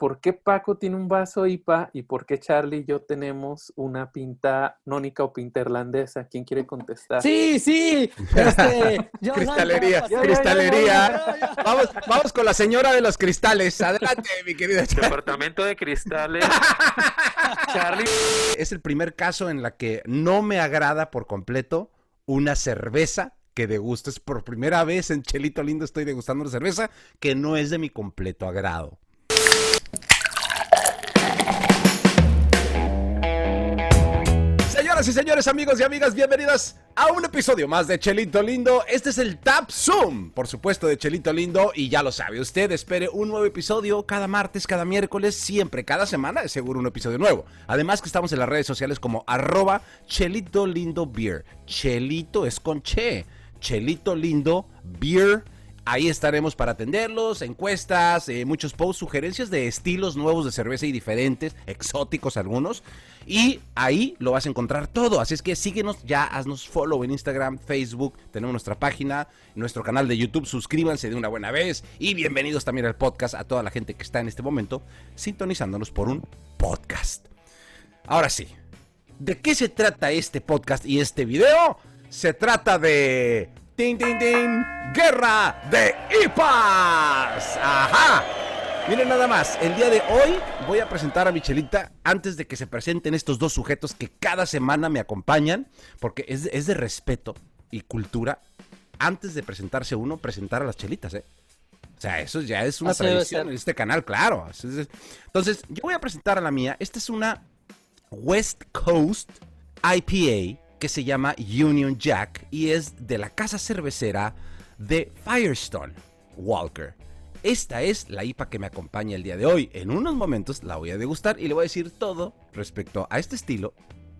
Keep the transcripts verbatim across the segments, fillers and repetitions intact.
¿por qué Paco tiene un vaso I P A y por qué Charlie y yo tenemos una pinta nónica o pinta irlandesa? ¿Quién quiere contestar? Sí, sí, este, yo cristalería, yo, yo, cristalería. yo, yo, yo, yo. Vamos, vamos con la señora de los cristales. Adelante, mi querida Charlie. Departamento de cristales. Charlie. Es el primer caso en la que no me agrada por completo una cerveza que degustes. Por primera vez en Chelito Lindo estoy degustando una cerveza que no es de mi completo agrado. Señoras y señores, amigos y amigas, bienvenidos a un episodio más de Chelito Lindo. Este es el Tap Zoom, por supuesto, de Chelito Lindo. Y ya lo sabe usted, espere un nuevo episodio cada martes, cada miércoles, siempre, cada semana, es seguro un episodio nuevo. Además que estamos en las redes sociales como arroba Chelito Lindo Beer. Chelito es con che, Chelito Lindo Beer. Ahí estaremos para atenderlos, encuestas, eh, muchos posts, sugerencias de estilos nuevos de cerveza y diferentes, exóticos algunos. Y ahí lo vas a encontrar todo, así es que síguenos ya, haznos follow en Instagram, Facebook, tenemos nuestra página, nuestro canal de YouTube, suscríbanse de una buena vez. Y bienvenidos también al podcast a toda la gente que está en este momento sintonizándonos por un podcast. Ahora sí, ¿de qué se trata este podcast y este video? Se trata de... ¡Tin, tin, tin! ¡Guerra de I P As! ¡Ajá! Miren nada más, el día de hoy voy a presentar a Michelita antes de que se presenten estos dos sujetos que cada semana me acompañan, porque es, es de respeto y cultura, antes de presentarse uno, presentar a las chelitas, ¿eh? O sea, eso ya es una Así tradición en este canal, claro. Entonces, yo voy a presentar a la mía. Esta es una West Coast I P A que se llama Union Jack y es de la casa cervecera de Firestone Walker. Esta es la I P A que me acompaña el día de hoy. En unos momentos la voy a degustar y le voy a decir todo respecto a este estilo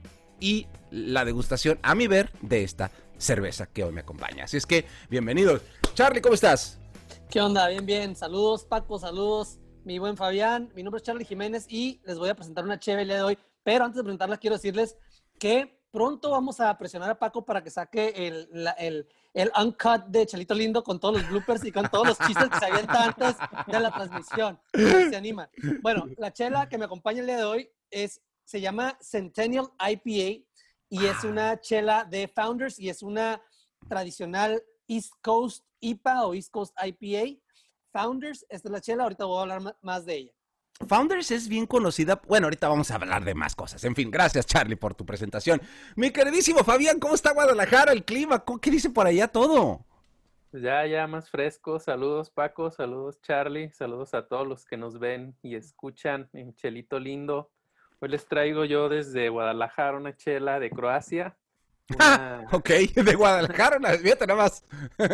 y la degustación, a mi ver, de esta cerveza que hoy me acompaña. Así es que, bienvenidos. Charlie, ¿cómo estás? ¿Qué onda? Bien, bien. Saludos, Paco, saludos, mi buen Fabián. Mi nombre es Charlie Jiménez y les voy a presentar una cheve el día de hoy. Pero antes de presentarla, quiero decirles que pronto vamos a presionar a Paco para que saque el, la, el, el uncut de Chelito Lindo con todos los bloopers y con todos los chistes que se avientan antes de la transmisión. Se anima. Bueno, la chela que me acompaña el día de hoy es, se llama Centennial I P A y es una chela de Founders y es una tradicional East Coast I P A o East Coast I P A. Founders, esta es la chela, ahorita voy a hablar más de ella. Founders es bien conocida. Bueno, ahorita vamos a hablar de más cosas. En fin, gracias, Charlie, por tu presentación. Mi queridísimo Fabián, ¿cómo está Guadalajara, el clima? ¿Qué dice por allá todo? Ya, ya más fresco. Saludos, Paco. Saludos, Charlie. Saludos a todos los que nos ven y escuchan en Chelito Lindo. Hoy les traigo yo desde Guadalajara una chela de Croacia. Una... ok, de Guadalajara, una... fíjate nada más.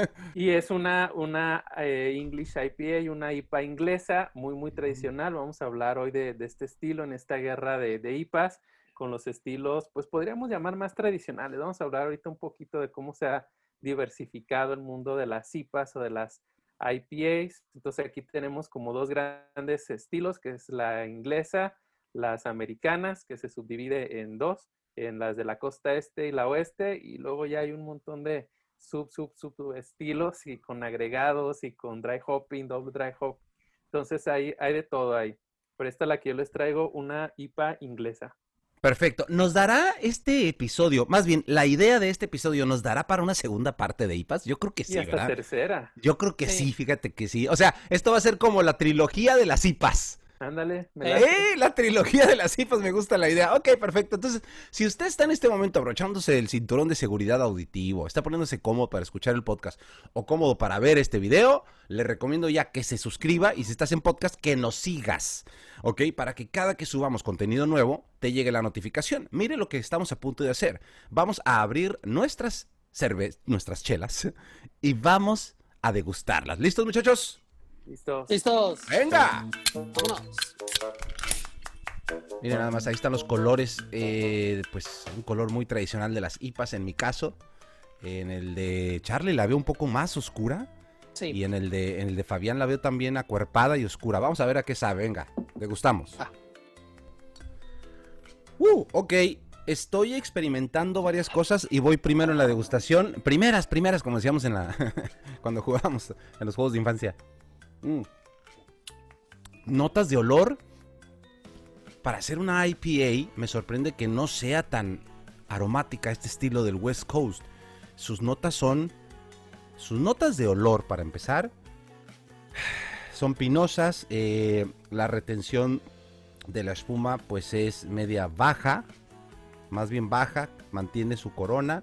Y es una, una eh, English I P A y una I P A inglesa muy, muy tradicional. Vamos a hablar hoy de, de este estilo en esta guerra de, de I P As con los estilos, pues podríamos llamar más tradicionales. Vamos a hablar ahorita un poquito de cómo se ha diversificado el mundo de las I P As o de las I P As. Entonces aquí tenemos como dos grandes estilos, que es la inglesa, las americanas, que se subdivide en dos, en las de la costa este y la oeste, y luego ya hay un montón de sub, sub, sub estilos y con agregados y con dry hopping, double dry hop. Entonces hay, hay de todo ahí. Pero esta es la que yo les traigo, una I P A inglesa. Perfecto. ¿Nos dará este episodio, más bien, la idea de este episodio, nos dará para una segunda parte de I P As? Yo creo que sí, y hasta ¿verdad? tercera. Yo creo que sí. Sí, fíjate que sí. O sea, esto va a ser como la trilogía de las I P As. Ándale. Me ¡Eh! La trilogía de las I P As, me gusta la idea. Ok, perfecto. Entonces, si usted está en este momento abrochándose el cinturón de seguridad auditivo, está poniéndose cómodo para escuchar el podcast o cómodo para ver este video, le recomiendo ya que se suscriba y si estás en podcast, que nos sigas, ¿ok? Para que cada que subamos contenido nuevo, te llegue la notificación. Mire lo que estamos a punto de hacer. Vamos a abrir nuestras cervezas, nuestras chelas y vamos a degustarlas. ¿Listos, muchachos? Listos. ¿listos? ¡Venga! Vámonos. Miren nada más, ahí están los colores, eh, pues un color muy tradicional de las I P As en mi caso. En el de Charlie la veo un poco más oscura. Sí. Y en el de en el de Fabián la veo también acuerpada y oscura. Vamos a ver a qué sabe, venga, degustamos. Ah. Uh, ok, estoy experimentando varias cosas y voy primero en la degustación. Primeras, primeras, como decíamos en la cuando jugábamos en los juegos de infancia. Mm. notas de olor, para hacer una I P A, me sorprende que no sea tan aromática este estilo del West Coast. Sus notas son, sus notas de olor, para empezar, son pinosas. Eh, la retención de la espuma pues es media baja, más bien baja, mantiene su corona.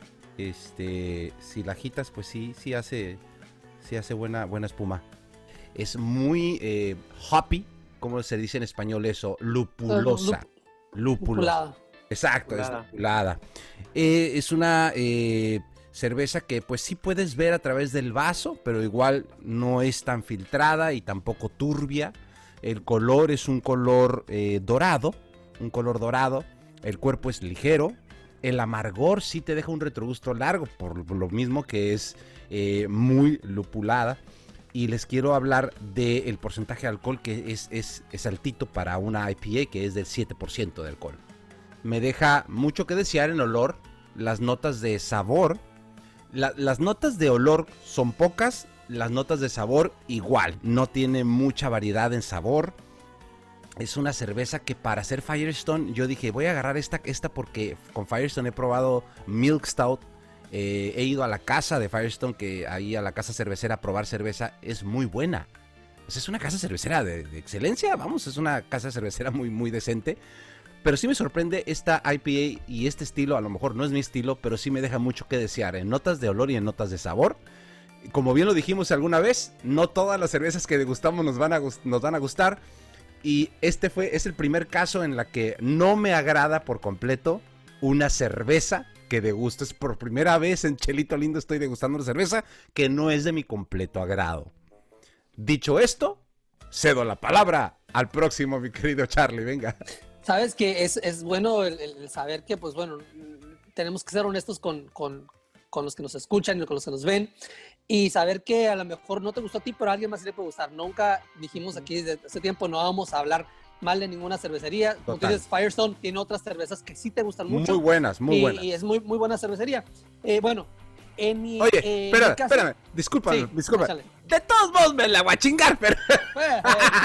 Este, si la agitas, pues sí, sí hace, sí hace buena, buena espuma. Es muy eh, hoppy, como se dice en español eso, lupulosa. Lúpula. Exacto, lupulada. Es lupulada. Eh, es una eh, cerveza que pues sí puedes ver a través del vaso, pero igual no es tan filtrada y tampoco turbia. El color es un color eh, dorado, un color dorado. El cuerpo es ligero. El amargor sí te deja un retrogusto largo, por lo mismo que es eh, muy lupulada. Y les quiero hablar del porcentaje de alcohol, que es, es, es altito para una I P A, que es del siete por ciento de alcohol. Me deja mucho que desear en olor. Las notas de sabor, la, las notas de olor son pocas, las notas de sabor igual. No tiene mucha variedad en sabor. Es una cerveza que para hacer Firestone, yo dije, voy a agarrar esta, esta porque con Firestone he probado Milk Stout. Eh, he ido a la casa de Firestone, que ahí a la casa cervecera a probar cerveza, es muy buena. Pues es una casa cervecera de, de excelencia, vamos, es una casa cervecera muy, muy decente. Pero sí me sorprende esta I P A y este estilo, a lo mejor no es mi estilo, pero sí me deja mucho que desear en notas de olor y en notas de sabor. Como bien lo dijimos alguna vez, no todas las cervezas que degustamos nos van a, nos van a gustar. Y este fue, es el primer caso en la que no me agrada por completo una cerveza que degustes. Por primera vez en Chelito Lindo estoy degustando una cerveza que no es de mi completo agrado. Dicho esto, cedo la palabra al próximo, mi querido Charlie, venga. Sabes que es, es bueno el, el saber que, pues bueno, tenemos que ser honestos con, con, con los que nos escuchan y con los que nos ven. Y saber que a lo mejor no te gustó a ti, pero a alguien más le puede gustar. Nunca dijimos aquí desde hace tiempo, no vamos a hablar mal de ninguna cervecería. Como tú dices, Firestone tiene otras cervezas que sí te gustan mucho. Muy buenas, muy y, buenas. Y es muy, muy buena cervecería. Eh, bueno, en mi Oye, eh, espérame, mi caso, espérame, disculpa, sí, disculpa. échale. De todos modos me la voy a chingar, pero... Eh,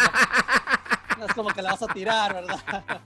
eh, no es como que la vas a tirar, ¿verdad?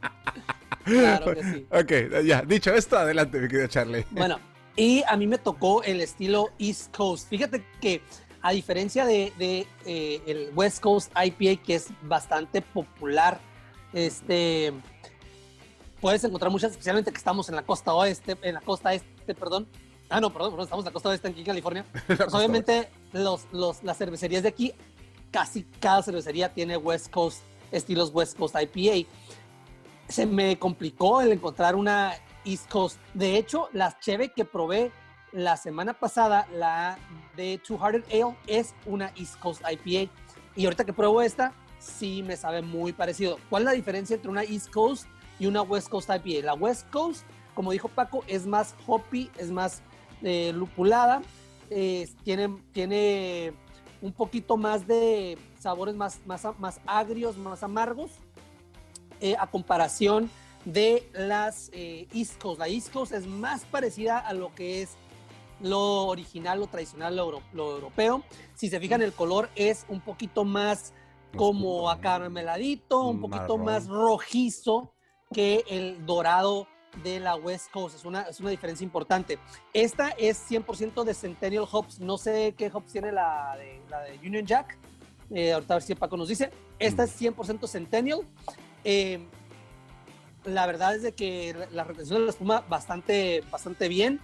Claro que sí. Ok, ya, dicho esto, adelante, mi querido Charlie. Bueno, y a mí me tocó el estilo East Coast. Fíjate que a diferencia de, de eh, el West Coast I P A, que es bastante popular, este, puedes encontrar muchas, especialmente que estamos en la costa oeste, en la costa este, perdón. Ah, no, perdón, perdón estamos en la costa oeste aquí en California. Pues obviamente los, los, las cervecerías de aquí, casi cada cervecería tiene West Coast, estilos West Coast I P A. Se me complicó el encontrar una East Coast. De hecho, la cheve que probé la semana pasada, la de Two Hearted Ale, es una East Coast I P A. Y ahorita que pruebo esta, sí me sabe muy parecido. ¿Cuál es la diferencia entre una East Coast y una West Coast I P A? La West Coast, como dijo Paco, es más hoppy, es más eh, lupulada, eh, tiene, tiene un poquito más de sabores más, más, más agrios, más amargos, eh, a comparación de las eh, East Coast. La East Coast es más parecida a lo que es lo original, lo tradicional, lo, euro, lo europeo. Si se fijan, el color es un poquito más como acarameladito, un poquito marrón, más rojizo que el dorado de la West Coast. Es una, es una diferencia importante. Esta es cien por ciento de Centennial Hops. No sé qué hops tiene la de, la de Union Jack. Eh, ahorita a ver si Paco nos dice. Esta es cien por ciento Centennial. Eh, la verdad es de que la retención de la espuma bastante, bastante bien.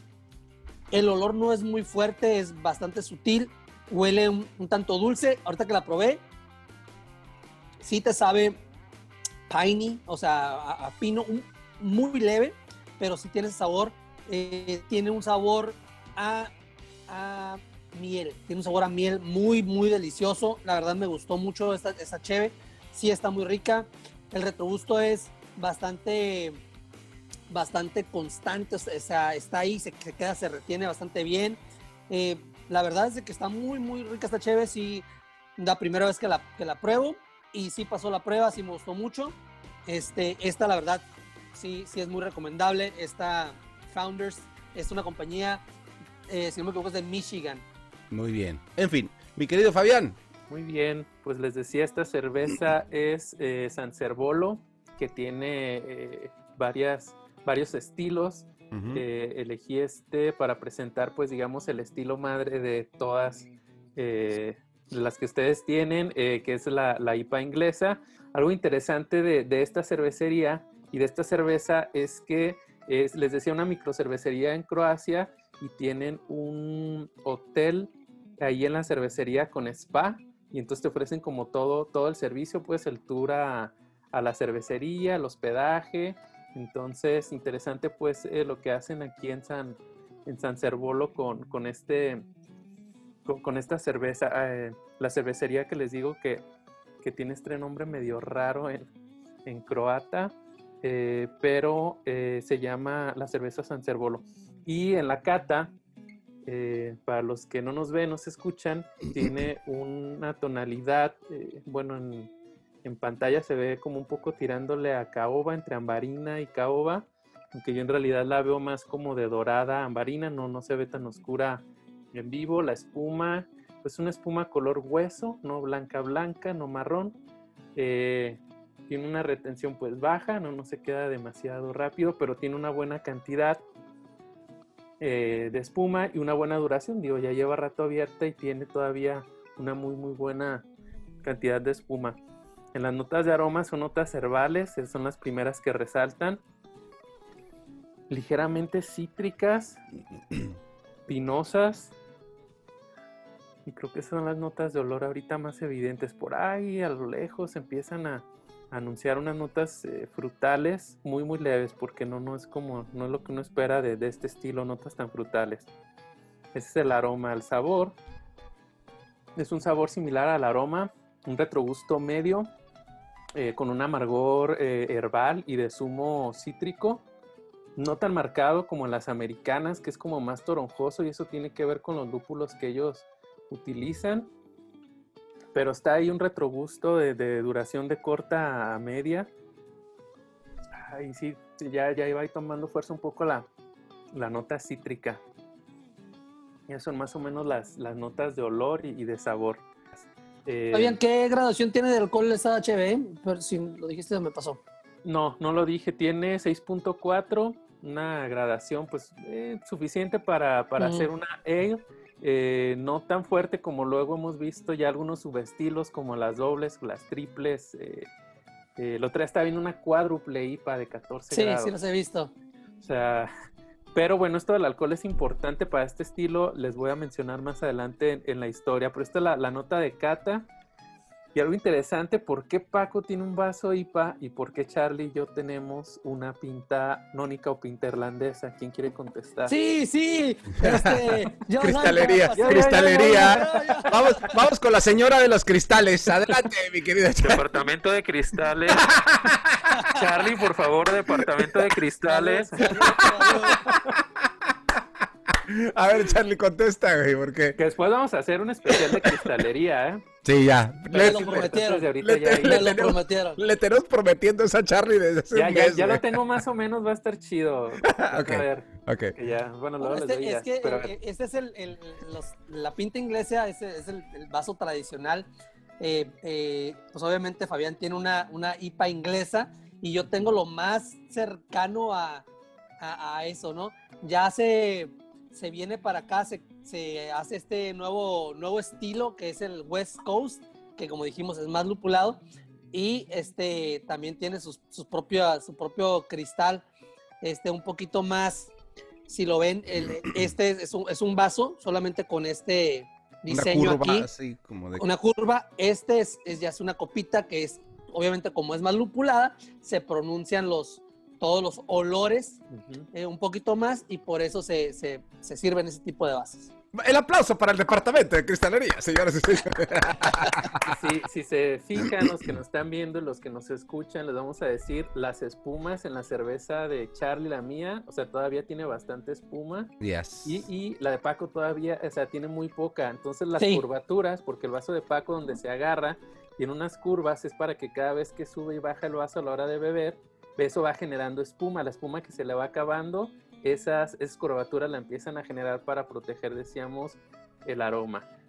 El olor no es muy fuerte, es bastante sutil. Huele un, un tanto dulce. Ahorita que la probé, sí te sabe piney, o sea, a, a pino, un, muy leve, pero sí tiene sabor. Eh, tiene un sabor a, a miel. Tiene un sabor a miel muy, muy delicioso. La verdad me gustó mucho esta, esta cheve. Sí está muy rica. El retrogusto es bastante, bastante constante. O sea, está ahí, se, se queda, se retiene bastante bien. Eh, la verdad es que está muy, muy rica esta cheve. Sí, la primera vez que la, que la pruebo y sí pasó la prueba, sí me gustó mucho. Este, esta, la verdad, sí, sí es muy recomendable. Esta Founders es una compañía, eh, si no me equivoco, es de Michigan. Muy bien. En fin, mi querido Fabián, Muy bien, pues les decía, esta cerveza es eh, Sanserbolo, que tiene eh, varias, varios estilos. Uh-huh. eh, elegí este para presentar, pues digamos, el estilo madre de todas eh, las que ustedes tienen, eh, que es la, la I P A inglesa. Algo interesante de, de esta cervecería y de esta cerveza es que es, les decía, una microcervecería en Croacia y tienen un hotel ahí en la cervecería con spa, y entonces te ofrecen como todo, todo el servicio, pues el tour a, a la cervecería, el hospedaje. Entonces, interesante pues eh, lo que hacen aquí en San, en Sanserbolo con, con, este, con, con esta cerveza. Eh, la cervecería que les digo que, que tiene este nombre medio raro en, en croata, eh, pero eh, se llama la cerveza Sanserbolo. Y en la cata, eh, para los que no nos ven, no se escuchan, tiene una tonalidad, eh, bueno, en, en pantalla se ve como un poco tirándole a caoba, entre ambarina y caoba, aunque yo en realidad la veo más como de dorada ambarina, no, no se ve tan oscura en vivo. La espuma, pues una espuma color hueso, no blanca blanca, no marrón, eh, tiene una retención pues baja, no, no se queda demasiado rápido, pero tiene una buena cantidad Eh, de espuma y una buena duración. Digo, ya lleva rato abierta y tiene todavía una muy muy buena cantidad de espuma. En las notas de aroma son notas herbales, son las primeras que resaltan, ligeramente cítricas, pinosas, y creo que son las notas de olor ahorita más evidentes. Por ahí a lo lejos empiezan a anunciar unas notas eh, frutales muy muy leves, porque no, no es como, no es lo que uno espera de, de este estilo, notas tan frutales. Ese es el aroma. El sabor es un sabor similar al aroma, un retrogusto medio, eh, con un amargor eh, herbal y de zumo cítrico, no tan marcado como en las americanas, que es como más toronjoso, y eso tiene que ver con los lúpulos que ellos utilizan. Pero está ahí un retrogusto de, de duración de corta a media. Ahí sí, ya, ya iba ahí tomando fuerza un poco la, la nota cítrica. Ya son más o menos las, las notas de olor y, y de sabor. Eh, ¿Sabían qué graduación tiene de alcohol esta H B? Pero si lo dijiste, me pasó. No, no lo dije. Tiene seis punto cuatro, una gradación pues eh, suficiente para, para mm. hacer una ale. Eh, no tan fuerte como luego hemos visto ya algunos subestilos como las dobles, las triples. Eh, eh, el otro día estaba viendo una cuádruple I P A de catorce sí, grados. Sí, sí los he visto. O sea, pero bueno, esto del alcohol es importante para este estilo. Les voy a mencionar más adelante en, en la historia. Pero esta es la, la nota de cata. Y algo interesante, ¿por qué Paco tiene un vaso I P A y por qué Charlie y yo tenemos una pinta nónica o pinta irlandesa? ¿Quién quiere contestar? Sí, sí. Este, yo cristalería, yo, cristalería. Yo, yo, yo, yo. Vamos, vamos con la señora de los cristales. Adelante, mi querida Charlie. Departamento de cristales. Charlie, por favor, departamento de cristales. A ver, Charlie, contesta, güey, porque... Que después vamos a hacer un especial de cristalería, ¿eh? Sí, ya. Le, lo prometieron. Le, ya le, le lo prometieron. Le tenemos prometiendo esa Charlie desde hace ya, un ya, mes, ya lo tengo más o menos, va a estar chido. Okay. A ver. Okay. Que ya, bueno, luego este, les doy es que pero eh, este es el, el los, la pinta inglesa, ese es el, el vaso tradicional. Eh, eh, pues obviamente Fabián tiene una, una I P A inglesa y yo tengo lo más cercano a, a, a eso, ¿no? Ya se... se viene para acá, se, se hace este nuevo, nuevo estilo que es el West Coast, que como dijimos es más lupulado, y este también tiene sus, sus propio, su propio cristal, este un poquito más, si lo ven, el, este es un, es un vaso solamente con este diseño una curva, aquí, así como de... una curva, este es, es ya es una copita que es, obviamente como es más lupulada, se pronuncian los todos los olores uh-huh. eh, un poquito más y por eso se, se, se sirven ese tipo de vasos. El aplauso para el departamento de cristalería, señores y señores. Si, si se fijan los que nos están viendo y los que nos escuchan, les vamos a decir las espumas en la cerveza de Charlie, la mía, o sea, todavía tiene bastante espuma. Yes. Y, y la de Paco todavía, o sea, tiene muy poca. Entonces las sí. curvaturas, porque el vaso de Paco donde se agarra tiene unas curvas, es para que cada vez que sube y baja el vaso a la hora de beber, eso va generando espuma. La espuma que se le va acabando, esas, esas curvaturas la empiezan a generar para proteger, decíamos, el aroma.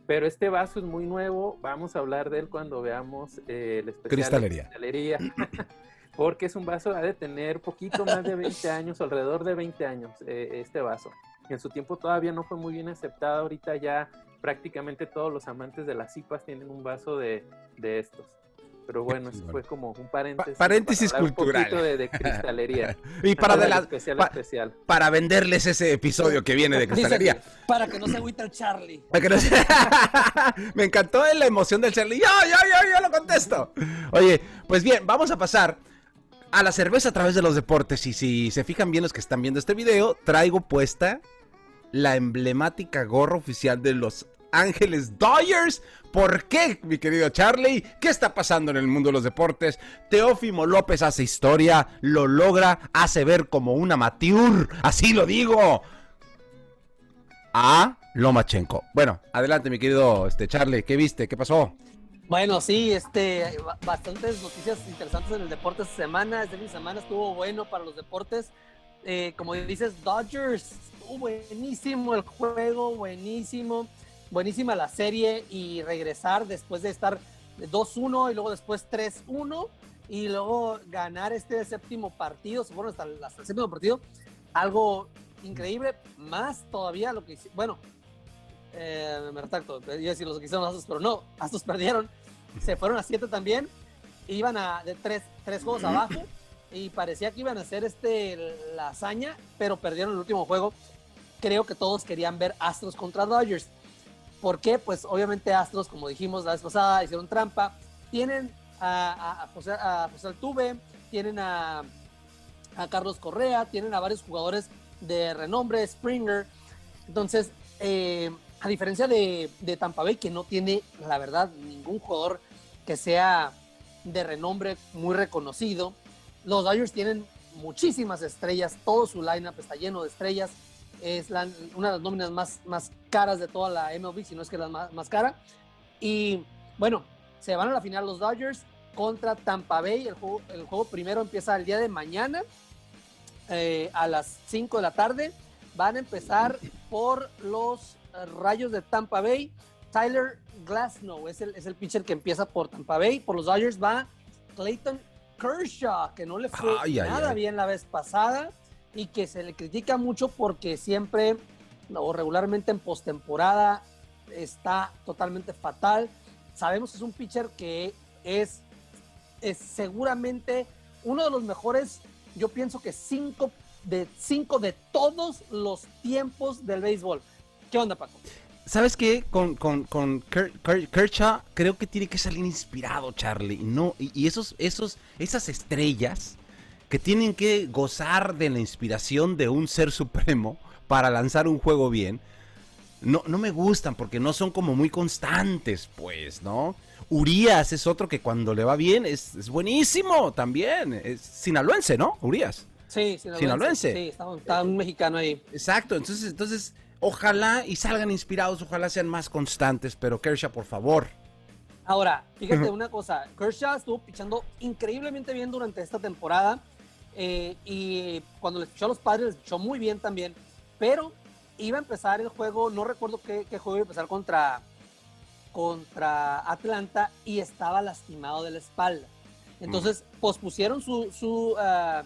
pero este vaso es muy nuevo, vamos a hablar de él cuando veamos eh, el especial Cristalería. de cristalería, porque es un vaso, ha de tener poquito más de veinte años, alrededor de veinte años, eh, este vaso. En su tiempo todavía no fue muy bien aceptado, ahorita ya prácticamente todos los amantes de las I P As tienen un vaso de, de estos. Pero bueno, eso fue como un paréntesis. Pa paréntesis para cultural. Un poquito de, de cristalería. Y para de la, especial, pa especial. Para venderles ese episodio que viene de cristalería. Dice, para que no se agüite el Charlie. No se... Me encantó la emoción del Charlie. Yo, yo, yo, yo lo contesto. Oye, pues bien, vamos a pasar a la cerveza a través de los deportes. Y si se fijan bien los que están viendo este video, traigo puesta la emblemática gorra oficial de los Ángeles Dodgers. ¿Por qué, mi querido Charlie? ¿Qué está pasando en el mundo de los deportes? Teófimo López hace historia, lo logra, hace ver como un amateur, así lo digo, a Lomachenko. Bueno, adelante, mi querido este, Charlie, ¿qué viste? ¿Qué pasó? Bueno, sí, este, bastantes noticias interesantes en el deporte esta semana. Este fin de semana estuvo bueno para los deportes. Eh, como dices, Dodgers, estuvo buenísimo el juego, buenísimo. Buenísima la serie y regresar después de estar dos uno y luego después tres uno y luego ganar este séptimo partido, se fueron hasta, hasta el séptimo partido, algo increíble, más todavía lo que hicieron, bueno, eh, me retracto, iba a decir los que hicieron los Astros, pero no, Astros perdieron, se fueron a siete también, iban a de tres, tres juegos abajo y parecía que iban a hacer este, la hazaña, pero perdieron el último juego. Creo que todos querían ver Astros contra Dodgers. ¿Por qué? Pues obviamente Astros, como dijimos la vez pasada, hicieron trampa. Tienen a, a, a, José, a José Altuve, tienen a, a Carlos Correa, tienen a varios jugadores de renombre, Springer. Entonces, eh, a diferencia de, de Tampa Bay, que no tiene, la verdad, ningún jugador que sea de renombre muy reconocido, los Dodgers tienen muchísimas estrellas, todo su lineup está lleno de estrellas. Es la, una de las nóminas más, más caras de toda la M L B, si no es que la más, más cara. Y bueno, se van a la final los Dodgers contra Tampa Bay. El juego, el juego primero empieza el día de mañana eh, a las cinco de la tarde. Van a empezar por los Rayos de Tampa Bay. Tyler Glasnow es el, es el pitcher que empieza por Tampa Bay. Por los Dodgers va Clayton Kershaw, que no le fue ay, nada ay, ay. bien la vez pasada y que se le critica mucho porque siempre o regularmente en postemporada está totalmente fatal. Sabemos que es un pitcher que es, es seguramente uno de los mejores, yo pienso que cinco de, cinco de todos los tiempos del béisbol. ¿Qué onda, Paco? ¿Sabes qué? Con, con, con Ker, Ker, Kershaw creo que tiene que salir inspirado, Charlie. No, y, y esos, esos, esas estrellas que tienen que gozar de la inspiración de un ser supremo para lanzar un juego bien, no, no me gustan porque no son como muy constantes, pues, ¿no? Urias es otro que cuando le va bien es, es buenísimo también. Es sinaloense, ¿no? Urias. Sí, sinaloense. Sinaloense. Sí, está, está un mexicano ahí. Exacto, entonces, entonces, ojalá y salgan inspirados, ojalá sean más constantes, pero Kershaw, por favor. Ahora, fíjate una cosa, Kershaw estuvo pichando increíblemente bien durante esta temporada. Eh, y cuando les pichó a los Padres, les pichó muy bien también, pero iba a empezar el juego, no recuerdo qué, qué juego iba a empezar contra, contra Atlanta y estaba lastimado de la espalda. Entonces mm. pospusieron su su, uh,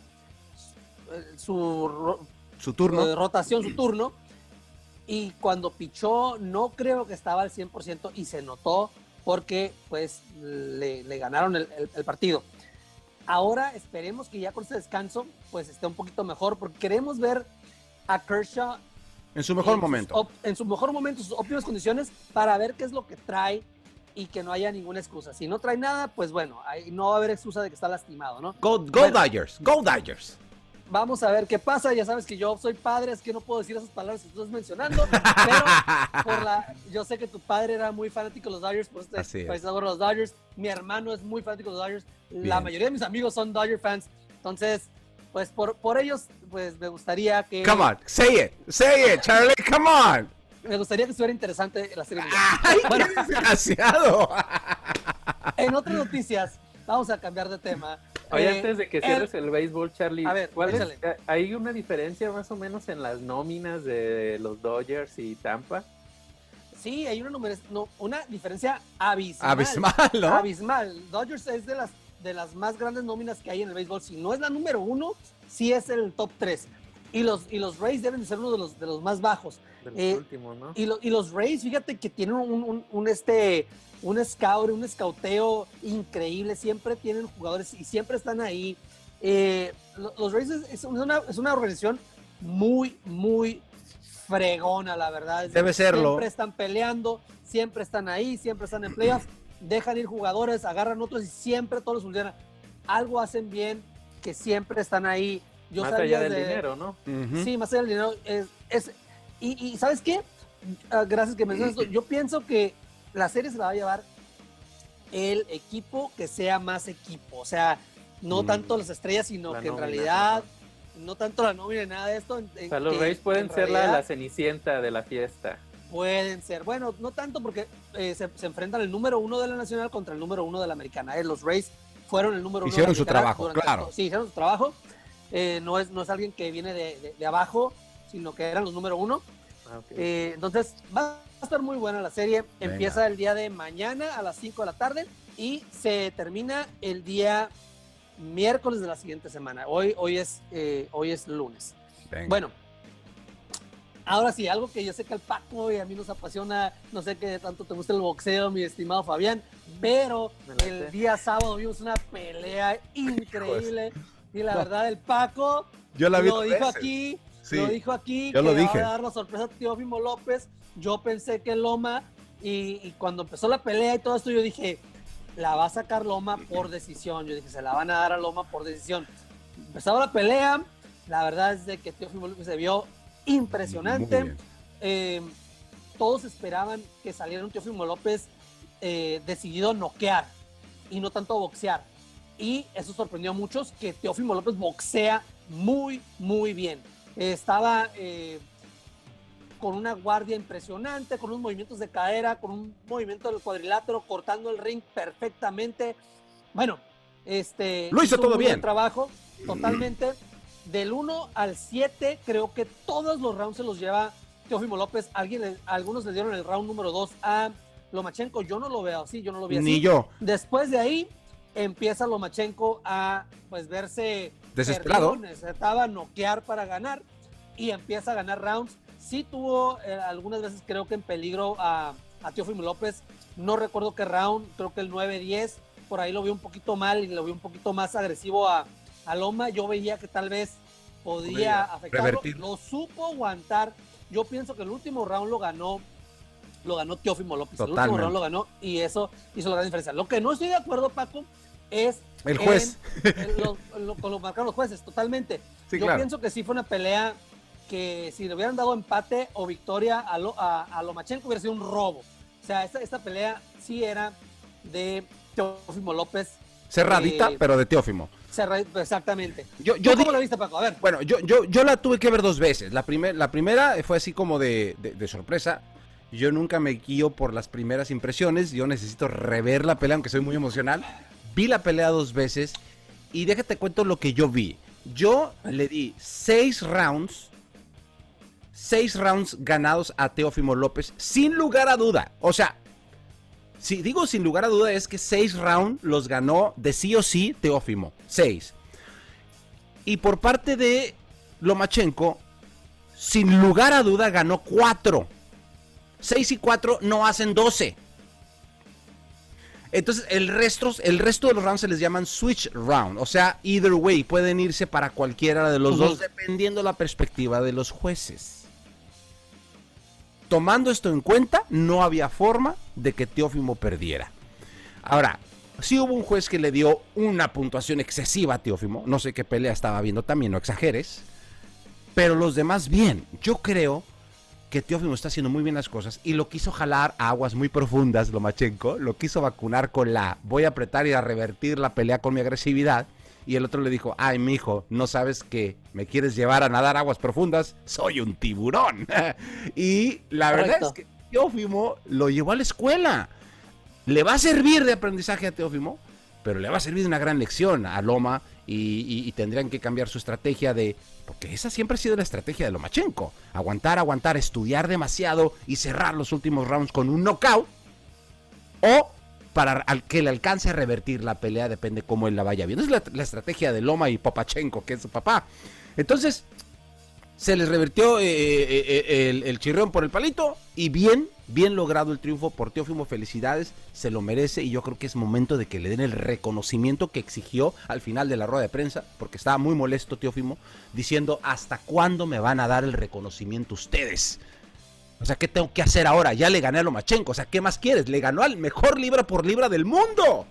su, su turno. Uh, rotación, su turno, y cuando pichó no creo que estaba al cien por ciento y se notó porque pues le, le ganaron el, el, el partido. Ahora esperemos que ya con este descanso pues esté un poquito mejor porque queremos ver a Kershaw en su mejor en momento. Sus, en su mejor momento, sus óptimas condiciones para ver qué es lo que trae y que no haya ninguna excusa. Si no trae nada, pues bueno, ahí no va a haber excusa de que está lastimado, ¿no? Go, go bueno, Dodgers, go Dodgers. Vamos a ver qué pasa. Ya sabes que yo soy padre, es que no puedo decir esas palabras que tú estás mencionando, pero por la, yo sé que tu padre era muy fanático de los Dodgers, por eso te país de los Dodgers. Mi hermano es muy fanático de los Dodgers. Bien. La mayoría de mis amigos son Dodger fans. Entonces, pues por, por ellos, pues me gustaría que... Come on, say it, say it, Charlie, come on. Me gustaría que estuviera interesante la serie. ¡Ay, bueno, qué desgraciado! En otras noticias, vamos a cambiar de tema. Oye, eh, antes de que cierres el, el béisbol, Charlie, a ver, ¿cuál es, ¿hay una diferencia más o menos en las nóminas de los Dodgers y Tampa? Sí, hay una, numer- no, una diferencia abismal. Abismal, ¿no? Abismal. Dodgers es de las, de las más grandes nóminas que hay en el béisbol. Si no es la número uno, sí es el top tres. Y los, y los Rays deben de ser uno de los, de los más bajos. De los Eh, últimos, ¿no? Y, lo- y los Rays, fíjate que tienen un, un, un, este, un scout, un escauteo increíble. Siempre tienen jugadores y siempre están ahí. Eh, lo- los Rays es, es una, es una organización muy, muy fregona, la verdad. Es Debe que serlo. Siempre están peleando, siempre están ahí, siempre están en playoffs. Dejan ir jugadores, agarran otros y siempre todos les funciona. Algo hacen bien, que siempre están ahí. Yo Más sabía allá del de- dinero, ¿no? Ujú. Sí, más allá del dinero. Es, es, y, y ¿sabes qué? Ah, gracias que mencionas esto. Yo pienso que la serie se la va a llevar el equipo que sea más equipo. O sea, no Mm. tanto las estrellas, sino La que en nómina, realidad, ajá. no tanto la nómina ni nada de esto. en- O sea, los que- Rays que pueden en ser la, realidad la cenicienta de la fiesta. Pueden ser. Bueno, no tanto porque eh, se, se enfrentan el número uno de la nacional contra el número uno de la americana. Eh, Los Rays fueron el número uno. Hicieron de la su americana trabajo, durante claro. to- Sí, hicieron su trabajo. Eh, no, es, no es alguien que viene de, de- de abajo, sino que eran los número uno. Ah, ok. Eh, entonces, va a estar muy buena la serie. Venga. Empieza el día de mañana a las cinco de la tarde y se termina el día miércoles de la siguiente semana. Hoy, hoy, es, eh, hoy es lunes. Venga. Bueno, ahora sí, algo que yo sé que al Paco y a mí nos apasiona, no sé qué tanto te gusta el boxeo, mi estimado Fabián, pero Me late. el día sábado vimos una pelea increíble y la verdad el Paco Yo la vi lo dos dijo veces. aquí, Sí, lo dijo aquí, yo que lo le dije. va a dar la sorpresa a Teófimo López. Yo pensé que Loma, y, y cuando empezó la pelea y todo esto, yo dije, la va a sacar Loma por decisión. Yo dije, se la van a dar a Loma por decisión. Empezaba la pelea, la verdad es de que Teófimo López se vio impresionante. Muy bien. Eh, todos esperaban que saliera un Teófimo López eh, decidido a noquear y no tanto a boxear. Y eso sorprendió a muchos, que Teófimo López boxea muy, muy bien. Eh, estaba eh, con una guardia impresionante, con unos movimientos de cadera, con un movimiento del cuadrilátero, cortando el ring perfectamente. Bueno, este, Lo hizo un todo muy bien. buen trabajo, totalmente. Del uno al siete, creo que todos los rounds se los lleva Teófimo López. Alguien le- algunos le dieron el round número dos a Lomachenko. Yo no lo veo así, yo no lo vi así. Ni yo. Después de ahí empieza Lomachenko a pues verse Desesperado. perdido, necesitaba noquear para ganar y empieza a ganar rounds. Sí tuvo eh, algunas veces creo que en peligro a, a Teófimo López, no recuerdo qué round, creo que el nueve diez, por ahí lo vi un poquito mal y lo vi un poquito más agresivo a, a Loma. Yo veía que tal vez podía Podría afectarlo, revertir. lo supo aguantar. Yo pienso que el último round lo ganó lo ganó Teófimo López. El último Totalmente. round lo ganó y eso hizo la gran diferencia. Lo que no estoy de acuerdo, Paco, es El juez. en- en lo- en lo- con lo que marcaron los jueces, totalmente. Sí, Yo claro. pienso que sí fue una pelea que si le hubieran dado empate o victoria a, Lo- a, a Lomachenko hubiera sido un robo. O sea, esta, esta pelea sí era de Teófimo López. Cerradita, eh, pero de Teófimo. cerra- Exactamente. Yo, ¿Tú yo cómo di- la viste, Paco? A ver. Bueno, yo, yo, yo la tuve que ver dos veces. La, primer, la primera fue así como de, de- de sorpresa. Yo nunca me guío por las primeras impresiones. Yo necesito rever la pelea, aunque soy muy emocional. Vi la pelea dos veces y déjate cuento lo que yo vi. Yo le di seis rounds. Seis rounds ganados a Teófimo López, sin lugar a duda. O sea, si digo sin lugar a duda es que seis rounds los ganó de sí o sí Teófimo. Seis. Y por parte de Lomachenko, sin lugar a duda ganó cuatro. Seis y cuatro no hacen doce. Entonces el resto, el resto de los rounds se les llaman switch round. O sea, either way, pueden irse para cualquiera de los Ujú. dos dependiendo la perspectiva de los jueces. Tomando esto en cuenta, no había forma de que Teófimo perdiera. Ahora, sí hubo un juez que le dio una puntuación excesiva a Teófimo. No sé qué pelea estaba viendo también, no exageres. Pero los demás bien. Yo creo que Teófimo está haciendo muy bien las cosas y lo quiso jalar a aguas muy profundas Lomachenko. Lo quiso vacunar con la voy a apretar y a revertir la pelea con mi agresividad. Y el otro le dijo, ay, mijo, ¿no sabes que me quieres llevar a nadar aguas profundas? Soy un tiburón. Y la verdad Correcto. es que Teófimo lo llevó a la escuela. ¿Le va a servir de aprendizaje a Teófimo? pero le va a servir de una gran lección a Loma y, y, y tendrían que cambiar su estrategia de... Porque esa siempre ha sido la estrategia de Lomachenko. Aguantar, aguantar, estudiar demasiado y cerrar los últimos rounds con un knockout. O para al que le alcance a revertir la pelea, depende cómo él la vaya viendo. Es la, la estrategia de Loma y Popachenko, que es su papá. Entonces, se les revirtió eh, eh, eh, el, el chirrión por el palito y bien, bien logrado el triunfo por Teófimo. Felicidades, se lo merece y yo creo que es momento de que le den el reconocimiento que exigió al final de la rueda de prensa, porque estaba muy molesto Teófimo, diciendo, ¿hasta cuándo me van a dar el reconocimiento ustedes? O sea, ¿qué tengo que hacer ahora? Ya le gané a Lomachenko, o sea, ¿qué más quieres? Le ganó al mejor libra por libra del mundo.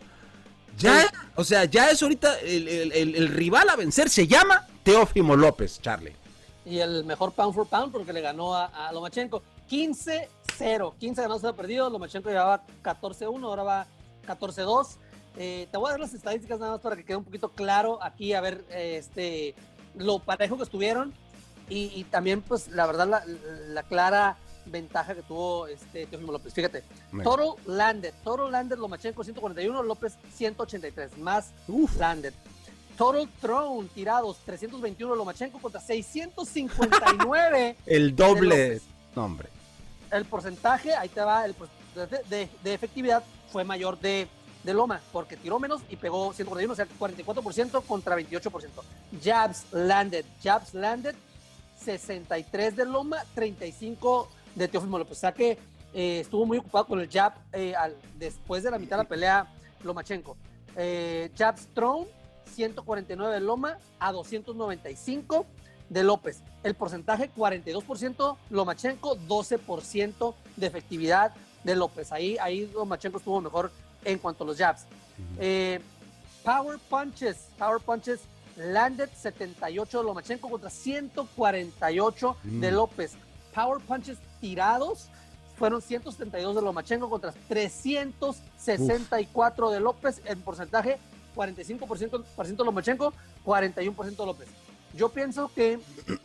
Ya, sí. O sea, ya es ahorita el, el, el, el rival a vencer, se llama Teófimo López, Charlie. Y el mejor pound for pound porque le ganó a, a Lomachenko. quince cero, quince ganados, cero perdidos. Lomachenko llevaba catorce uno, ahora va catorce dos. Eh, te voy a dar las estadísticas nada más para que quede un poquito claro aquí, a ver eh, este, lo parejo que estuvieron. Y, y también, pues, la verdad, la, la clara ventaja que tuvo este Teófimo López. Fíjate, Man. total landed, total landed Lomachenko ciento cuarenta y uno, López ciento ochenta y tres, más Uf. landed. Total thrown, tirados, trescientos veintiuno Lomachenko contra seiscientos cincuenta y nueve. El doble, no, hombre. El porcentaje, ahí te va, el de, de, de efectividad fue mayor de, de Loma, porque tiró menos y pegó ciento cuarenta y uno, o sea, cuarenta y cuatro por ciento contra veintiocho por ciento. Jabs landed, jabs landed, sesenta y tres de Loma, treinta y cinco de Teófimo López. O sea que eh, estuvo muy ocupado con el jab eh, al, después de la mitad de la pelea Lomachenko. Eh, jabs thrown, ciento cuarenta y nueve de Loma a doscientos noventa y cinco de López. El porcentaje cuarenta y dos por ciento Lomachenko, doce por ciento de efectividad de López. Ahí, ahí Lomachenko estuvo mejor en cuanto a los jabs. Eh, power punches, power punches landed setenta y ocho de Lomachenko contra ciento cuarenta y ocho mm. de López. Power punches tirados fueron ciento setenta y dos de Lomachenko contra trescientos sesenta y cuatro Uf. de López. En porcentaje cuarenta y cinco por ciento, por ciento Lomachenko, cuarenta y uno por ciento López. Yo pienso que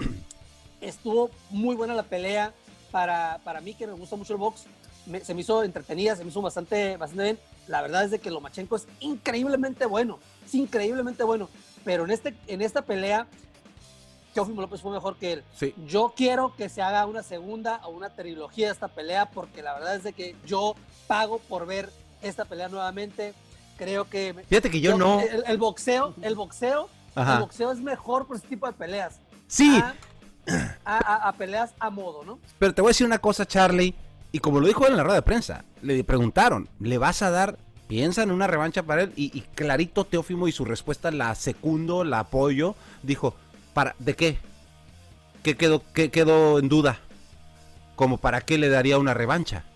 estuvo muy buena la pelea para, para mí, que me gusta mucho el box. Me, se me hizo entretenida, se me hizo bastante, bastante bien. La verdad es de que Lomachenko es increíblemente bueno, es increíblemente bueno. Pero en, este, en esta pelea, Teófimo López fue mejor que él. Sí. Yo quiero que se haga una segunda o una trilogía de esta pelea, porque la verdad es de que yo pago por ver esta pelea nuevamente. Creo que... Fíjate que yo, yo no... El, el boxeo, el boxeo, Ajá. el boxeo es mejor por este tipo de peleas. Sí. A, a, a, a peleas a modo, ¿no? Pero te voy a decir una cosa, Charlie, y como lo dijo él en la rueda de prensa, le preguntaron, ¿le vas a dar, piensa en una revancha para él? Y, y clarito Teófimo y su respuesta la secundo, la apoyo, dijo, ¿para de qué? ¿Qué quedó, qué quedó en duda? ¿Como para qué le daría una revancha?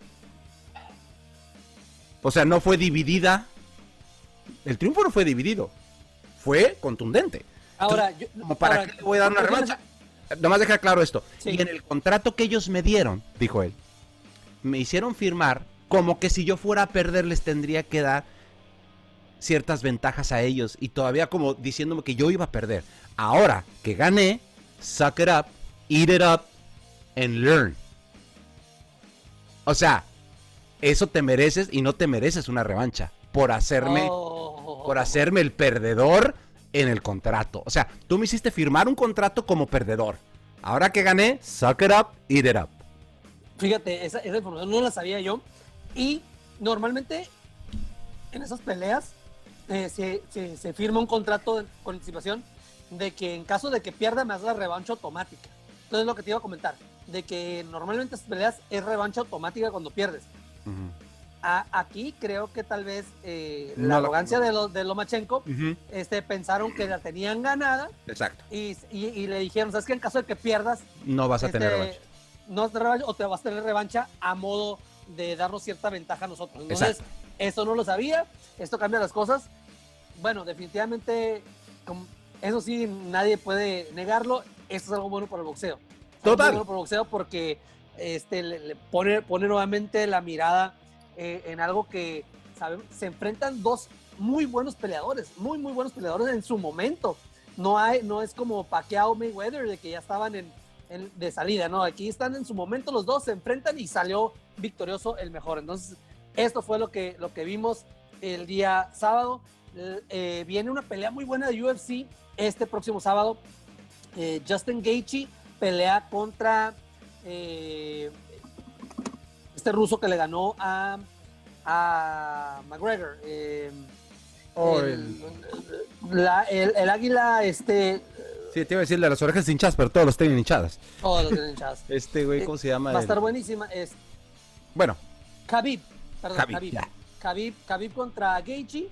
O sea, no fue dividida. El triunfo no fue dividido. Fue contundente. Ahora, yo, ¿Como para ahora, qué le voy a dar una revancha? Nada más dejar claro esto. Sí. Y en el contrato que ellos me dieron, dijo él, me hicieron firmar como que si yo fuera a perder les tendría que dar ciertas ventajas a ellos. Y todavía como diciéndome que yo iba a perder. Ahora que gané, suck it up, eat it up, and learn. O sea, eso te mereces y no te mereces una revancha. Por hacerme, oh. por hacerme el perdedor en el contrato. O sea, tú me hiciste firmar un contrato como perdedor. Ahora que gané, suck it up, eat it up. Fíjate, esa, esa información no la sabía yo. Y normalmente en esas peleas eh, se, se, se firma un contrato con anticipación de que en caso de que pierda me hace la revancha automática. Entonces lo que te iba a comentar, de que normalmente esas peleas es revancha automática cuando pierdes. Uh-huh. A, aquí creo que tal vez eh, no, la arrogancia no. de, lo, de Lomachenko uh-huh. este, pensaron que la tenían ganada. Exacto. Y, y, y le dijeron, ¿sabes qué? En caso de que pierdas, no vas a este, tener revancha. No vas a tener revancha o te vas a tener revancha a modo de darnos cierta ventaja a nosotros. Entonces, Exacto. Eso no lo sabía, esto cambia las cosas. Bueno, definitivamente, eso sí, nadie puede negarlo, esto es algo bueno para el boxeo. Total. Es algo bueno para el boxeo porque este, le, le pone, pone nuevamente la mirada eh, en algo que, ¿saben? Se enfrentan dos muy buenos peleadores, muy, muy buenos peleadores en su momento. No, hay, no es como Pacquiao Mayweather, de que ya estaban en, en, de salida, ¿no? Aquí están en su momento los dos, se enfrentan y salió victorioso el mejor. Entonces, esto fue lo que, lo que vimos el día sábado. eh, viene una pelea muy buena de U F C este próximo sábado. Eh, Justin Gaethje pelea contra eh, este ruso que le ganó a, a McGregor. Eh, Oh, el, el... la- el- el águila, este, Sí, te iba a decir de las orejas hinchadas, pero todos los tienen hinchadas. todos los tienen hinchadas. Este güey, ¿cómo se llama? Va a El- estar buenísima. Es Bueno, Khabib, perdón, Khabib, Khabib. ya. Khabib, Khabib contra Gaethje.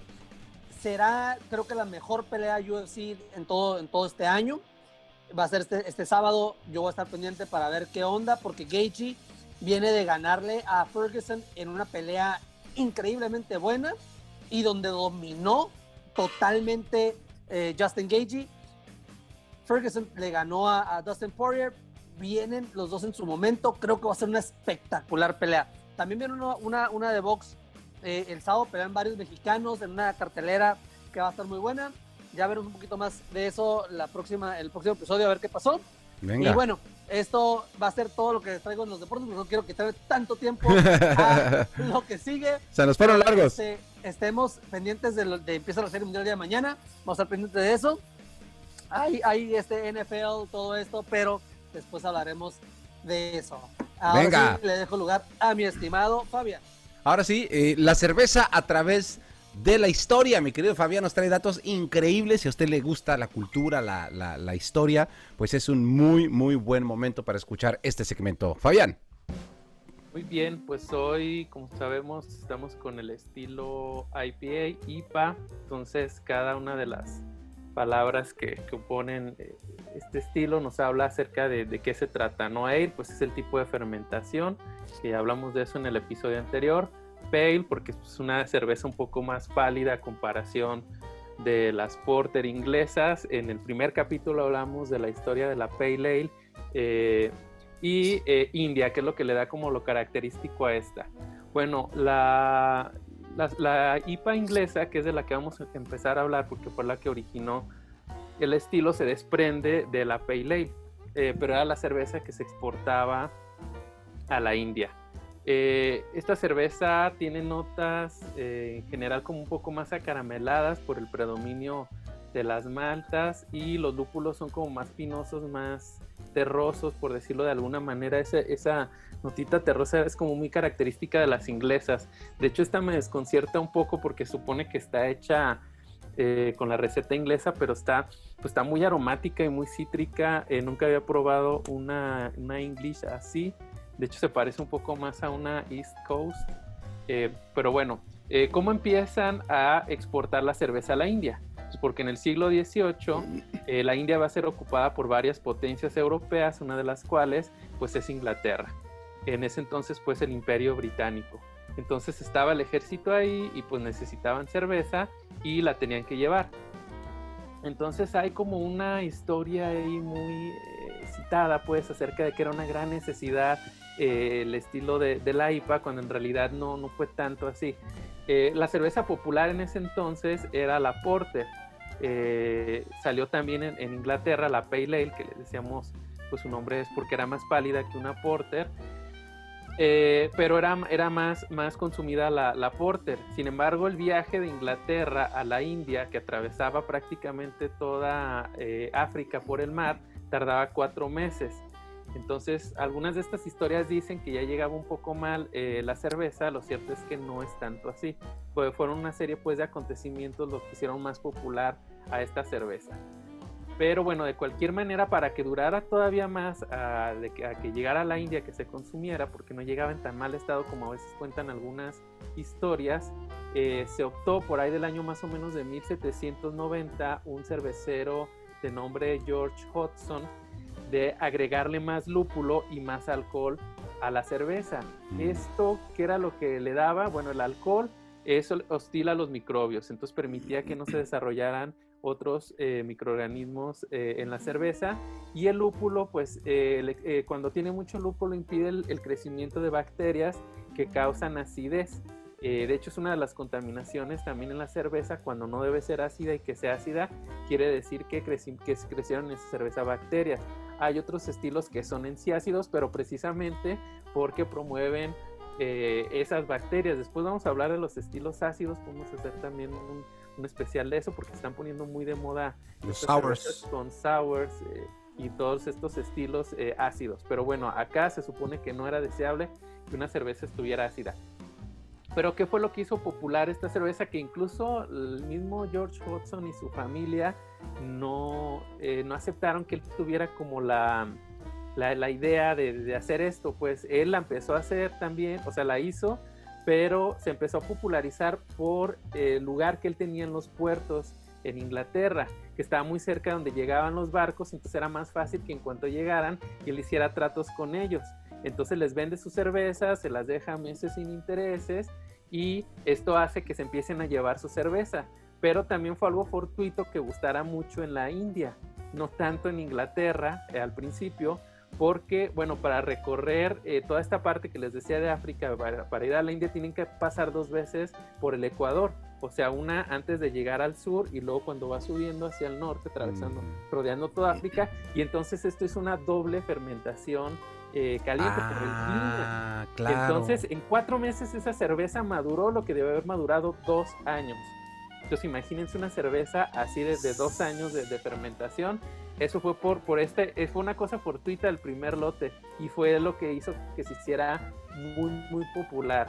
Será, creo que la mejor pelea U F C en todo, en todo este año. Va a ser este, este sábado. Yo voy a estar pendiente para ver qué onda, porque Gaethje viene de ganarle a Ferguson en una pelea increíblemente buena y donde dominó totalmente eh, Justin Gaethje. Ferguson le ganó a, a Dustin Poirier. Vienen los dos en su momento. Creo que va a ser una espectacular pelea. También viene una, una, una de box. Eh, el sábado pelean varios mexicanos en una cartelera que va a estar muy buena. Ya veremos un poquito más de eso la próxima, el próximo episodio, a ver qué pasó. venga. Y bueno, esto va a ser todo lo que les traigo en los deportes, porque no quiero quitarle tanto tiempo a lo que sigue. Se nos fueron largos. Este, estemos pendientes de, lo, de empieza la serie mundial el día de mañana. Vamos a estar pendientes de eso. Hay, hay este N F L, todo esto, pero después hablaremos de eso. Ahora Venga. sí, le dejo lugar a mi estimado Fabián. Ahora sí, eh, la cerveza a través de la historia. Mi querido Fabián nos trae datos increíbles. Si a usted le gusta la cultura, la, la, la historia, pues es un muy, muy buen momento para escuchar este segmento. Fabián. Muy bien, pues hoy, como sabemos, estamos con el estilo I P A, I P A, entonces cada una de las palabras que, que componen eh, este estilo nos habla acerca de, de qué se trata, ¿no? Ale, pues es el tipo de fermentación, que ya hablamos de eso en el episodio anterior. Pale, porque es una cerveza un poco más pálida a comparación de las porter inglesas. En el primer capítulo hablamos de la historia de la Pale Ale, eh, y eh, India, que es lo que le da como lo característico a esta. Bueno, la, la, la I P A inglesa, que es de la que vamos a empezar a hablar porque fue la que originó el estilo, se desprende de la Pale Ale, eh, pero era la cerveza que se exportaba a la India. Eh, esta cerveza tiene notas eh, en general como un poco más acarameladas por el predominio de las maltas, y los lúpulos son como más pinosos, más terrosos, por decirlo de alguna manera. Esa, esa notita terrosa es como muy característica de las inglesas. De hecho, esta me desconcierta un poco porque supone que está hecha eh, con la receta inglesa, pero está, pues está muy aromática y muy cítrica. Eh, nunca había probado una, una English así. De hecho, se parece un poco más a una East Coast. Eh, pero bueno, eh, ¿cómo empiezan a exportar la cerveza a la India? Pues porque en el siglo dieciocho eh, la India va a ser ocupada por varias potencias europeas, una de las cuales pues es Inglaterra. En ese entonces pues el Imperio Británico. Entonces estaba el ejército ahí y pues necesitaban cerveza y la tenían que llevar. Entonces hay como una historia ahí muy eh, citada pues acerca de que era una gran necesidad eh, el estilo de, de la I P A, cuando en realidad no, no fue tanto así. Eh, la cerveza popular en ese entonces era la Porter. Eh, salió también en, en Inglaterra la Pale Ale, que le decíamos, pues su nombre es porque era más pálida que una Porter, eh, pero era, era más, más consumida la, la Porter. Sin embargo, el viaje de Inglaterra a la India, que atravesaba prácticamente toda eh, África por el mar, tardaba cuatro meses. Entonces, algunas de estas historias dicen que ya llegaba un poco mal eh, la cerveza. Lo cierto es que no es tanto así. Pues fueron una serie pues, de acontecimientos los que hicieron más popular a esta cerveza. Pero bueno, de cualquier manera, para que durara todavía más, a, de que, a que llegara a la India, que se consumiera, porque no llegaba en tan mal estado como a veces cuentan algunas historias, eh, se optó por ahí del año más o menos de mil setecientos noventa, un cervecero de nombre George Hodgson, de agregarle más lúpulo y más alcohol a la cerveza. Mm. Esto, ¿qué era lo que le daba? Bueno, el alcohol es hostil a los microbios, entonces permitía que no se desarrollaran otros eh, microorganismos eh, en la cerveza, y el lúpulo, pues eh, le, eh, cuando tiene mucho lúpulo impide el, el crecimiento de bacterias que causan acidez. Eh, de hecho, es una de las contaminaciones también en la cerveza. Cuando no debe ser ácida y que sea ácida, quiere decir que, creci que crecieron en esa cerveza bacterias. Hay otros estilos que son en sí ácidos, pero precisamente porque promueven eh, esas bacterias. Después vamos a hablar de los estilos ácidos, podemos hacer también un un especial de eso, porque están poniendo muy de moda los sours con sours eh, y todos estos estilos eh, ácidos. Pero bueno, acá se supone que no era deseable que una cerveza estuviera ácida. Pero ¿qué fue lo que hizo popular esta cerveza? Que incluso el mismo George Hudson y su familia no, eh, no aceptaron que él tuviera como la, la, la idea de, de hacer esto. Pues él la empezó a hacer también, o sea, la hizo, pero se empezó a popularizar por el lugar que él tenía en los puertos en Inglaterra, que estaba muy cerca de donde llegaban los barcos, entonces era más fácil que en cuanto llegaran, él hiciera tratos con ellos. Entonces les vende su cerveza, se las deja meses sin intereses y esto hace que se empiecen a llevar su cerveza. Pero también fue algo fortuito que gustara mucho en la India, no tanto en Inglaterra eh, al principio, porque, bueno, para recorrer eh, toda esta parte que les decía de África, para, para ir a la India tienen que pasar dos veces por el Ecuador, o sea, una antes de llegar al sur y luego cuando va subiendo hacia el norte, atravesando, mm. rodeando toda África, y entonces esto es una doble fermentación eh, caliente ah, por el clima. Claro. Entonces, en cuatro meses esa cerveza maduró lo que debe haber madurado dos años. Entonces, imagínense una cerveza así de, de dos años de, de fermentación. Eso fue por, por este, fue una cosa fortuita el primer lote y fue lo que hizo que se hiciera muy, muy popular.